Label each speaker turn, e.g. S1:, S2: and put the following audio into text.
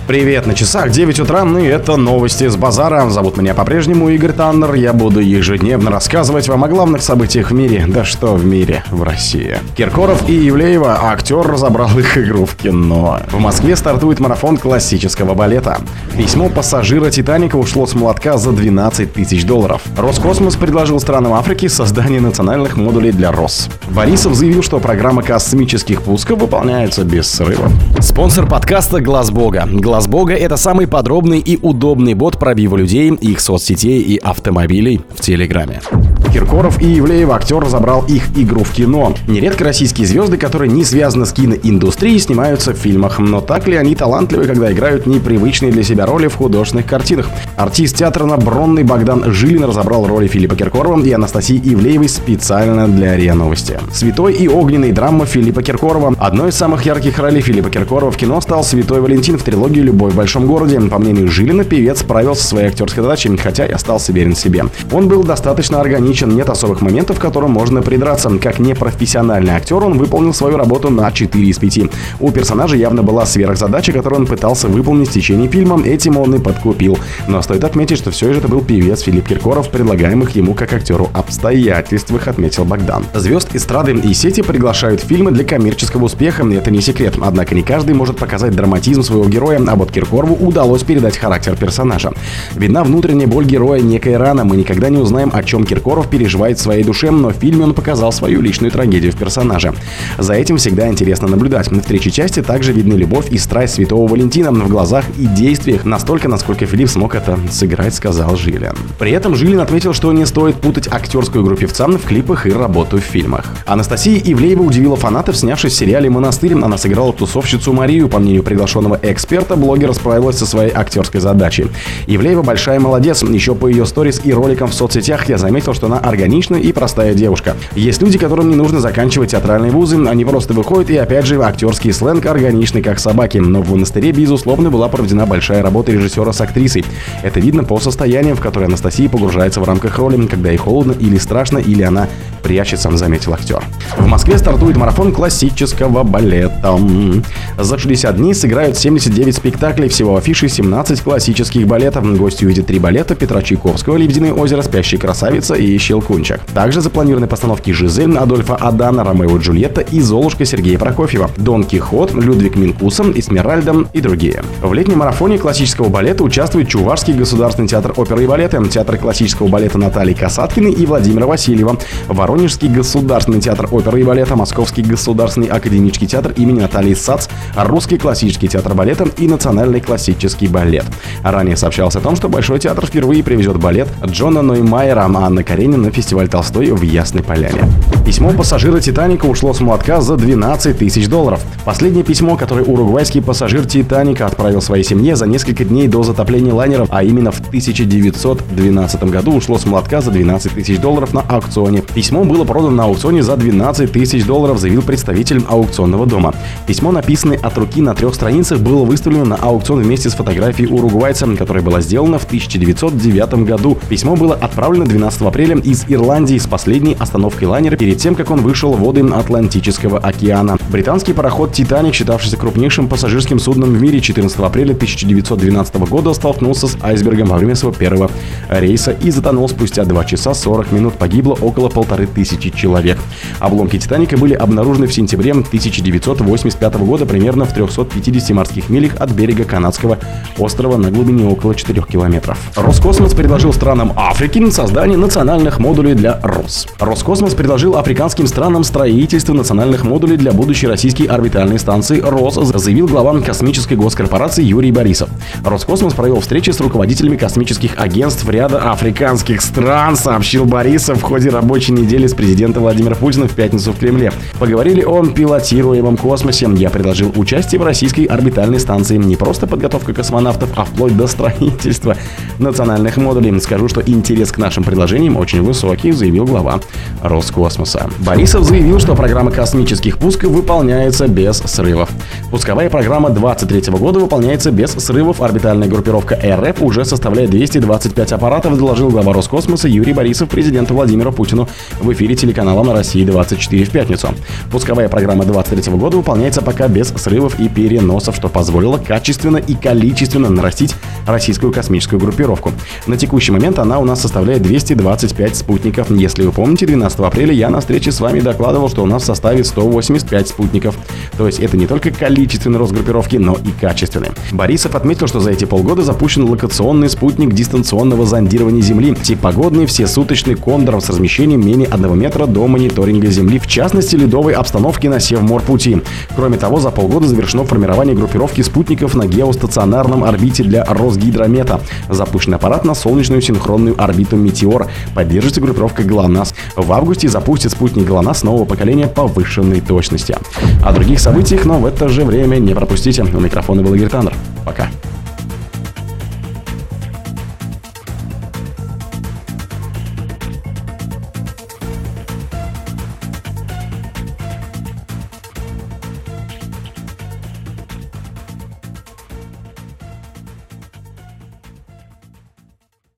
S1: Привет, на часах 9 утра, и это новости с базара. Зовут меня по-прежнему Игорь Таннер. Я буду ежедневно рассказывать вам о главных событиях в мире. Да что в мире, в России. Киркоров и Ивлеева, актер разобрал их игру в кино. В Москве стартует марафон классического балета. Письмо пассажира «Титаника» ушло с молотка за $12 тысяч. Роскосмос предложил странам Африки создание национальных модулей для РОС. Борисов заявил, что программа космических пусков выполняется без срывов. Спонсор подкаста «Глаз Бога». «Глаз Бога» — это самый подробный и удобный бот пробива людей, их соцсетей и автомобилей в Телеграме. Киркоров и Ивлеева, актер разобрал их игру в кино. Нередко российские звезды, которые не связаны с киноиндустрией, снимаются в фильмах. Но так ли они талантливы, когда играют непривычные для себя роли в художественных картинах? Артист театра Бронный Богдан Жилин разобрал роли Филиппа Киркорова и Анастасии Ивлеевой специально для РИА Новости. Святой и огненный драма Филиппа Киркорова. Одной из самых ярких ролей Филиппа Киркорова в кино стал Святой Валентин в трилогии «Любовь в большом городе». По мнению Жилина, певец справился со своей актерской задачей, хотя и остался верен себе. Он был достаточно органичен, нет особых моментов, к которым можно придраться. Как непрофессиональный актер, он выполнил свою работу на 4 из 5. У персонажа явно была сверхзадача, которую он пытался выполнить в течение фильма, этим он и подкупил. Но стоит отметить, что все же это был певец Филипп Киркоров в предлагаемых ему как актеру обстоятельствах, отметил Богдан. Звезд эстрады и сети приглашают в фильмы для коммерческого успеха, это не секрет. Однако не каждый может показать драматизм своего героя, а вот Киркорову удалось передать характер персонажа. Видна внутренняя боль героя, некая рана, мы никогда не узнаем, о чем Киркоров переживает в своей душе, но в фильме он показал свою личную трагедию в персонаже. За этим всегда интересно наблюдать. В третьей части также видны любовь и страсть Святого Валентина в глазах и действиях, настолько, насколько Филипп смог это сыграть, сказал Жилин. При этом Жилин отметил, что не стоит путать актерскую игру певца в клипах и работу в фильмах. Анастасия Ивлеева удивила фанатов, снявшись в сериале «Монастырь». Она сыграла тусовщицу Марию. По мнению приглашенного эксперта, блогер справилась со своей актерской задачей. Ивлеева большая молодец. Еще по ее сторис и роликам в соцсетях я заметил, что она органичная и простая девушка. Есть люди, которым не нужно заканчивать театральные вузы, они просто выходят, и опять же актерский сленг органичный, как собаки. Но в «Монастыре», безусловно, была проведена большая работа режиссера с актрисой. Это видно по состоянию, в которое Анастасия погружается в рамках роли, когда ей холодно или страшно, или она прячется, заметил актер. В Москве стартует марафон классического балета. За 60 дней сыграют 79 спектаклей, всего в афише 17 классических балетов. Гости увидят 3 балета: Петра Чайковского, «Лебединое озеро», «Спящая красавица» и «Щелкунчик». Также запланированы постановки «Жизель» Адольфа Адана, «Ромео и Джульетта» и «Золушка» Сергея Прокофьева, «Дон Кихот», «Людвиг Минкуса», «Эсмеральда» и другие. В летнем марафоне классического балета участвует Чувашский государственный театр оперы и балета, театр классического балета Натальи Касаткиной и Владимира Васильева, Воронежский государственный театр оперы и балета, Московский государственный академический театр имени Натальи Сац, Русский классический театр балета и Национальный классический балет. Ранее сообщалось о том, что Большой театр впервые привезет балет Джона Ноймайера, а Анна Каренина на фестиваль Толстой в Ясной Поляне. Письмо пассажира «Титаника» ушло с молотка за $12 тысяч. Последнее письмо, которое уругвайский пассажир «Титаника» отправил своей семье за несколько дней до затопления лайнера, а именно в 1912 году, ушло с молотка за $12 тысяч на аукционе. Письмо было продано на аукционе за $12 тысяч, заявил представитель аукционного дома. Письмо, написанное от руки на 3 страницах, было выставлено на аукцион вместе с фотографией уругвайца, которая была сделана в 1909 году. Письмо было отправлено 12 апреля из Ирландии с последней остановкой лайнера перед тем, как он вышел в воды Атлантического океана. Британский пароход «Титаник», считавшийся крупнейшим пассажирским судном в мире, 14 апреля 1912 года столкнулся с айсбергом во время своего первого рейса и затонул спустя 2 часа 40 минут. Погибло около 1500 человек. Обломки «Титаника» были обнаружены в сентябре 1985 года примерно в 350 морских милях от берега канадского острова на глубине около 4 километров. Роскосмос предложил странам Африки создание национальных модулей для РОС. Роскосмос предложил африканским странам строительство национальных модулей для будущей российской орбитальной станции РОС, заявил глава космической госкорпорации Юрий Борисов. Роскосмос провел встречи с руководителями космических агентств ряда африканских стран, сообщил Борисов в ходе рабочей недели с президентом Владимиром Путиным в пятницу в Кремле. Поговорили о пилотируемом космосе. Я предложил участие в российской орбитальной станции. Не просто подготовка космонавтов, а вплоть до строительства национальных модулей. Скажу, что интерес к нашим предложениям очень высокий, заявил глава Роскосмоса. Борисов заявил, что программа космических пусков выполняется без срывов. Пусковая программа 2023 года выполняется без срывов. Орбитальная группировка РФ уже составляет 225 аппаратов, доложил глава Роскосмоса Юрий Борисов президенту Владимиру Путину в в эфире телеканала на России-24 в пятницу. Пусковая программа 2023 года выполняется пока без срывов и переносов, что позволило качественно и количественно нарастить российскую космическую группировку. На текущий момент она у нас составляет 225 спутников. Если вы помните, 12 апреля я на встрече с вами докладывал, что у нас в составе 185 спутников. То есть это не только количественный рост группировки, но и качественный. Борисов отметил, что за эти полгода запущен локационный спутник дистанционного зондирования Земли, тип погодный, всесуточный Кондор с размещением менее 1 метра до мониторинга Земли, в частности ледовой обстановки на Севморпути. Кроме того, за полгода завершено формирование группировки спутников на геостационарном орбите для Росгидромета. Запущен аппарат на солнечную синхронную орбиту «Метеор». Поддерживается группировка ГЛОНАСС. В августе запустит спутник ГЛОНАСС нового поколения повышенной точности. О других событиях, но в это же время не пропустите. У микрофона был Игорь Таннер. Пока.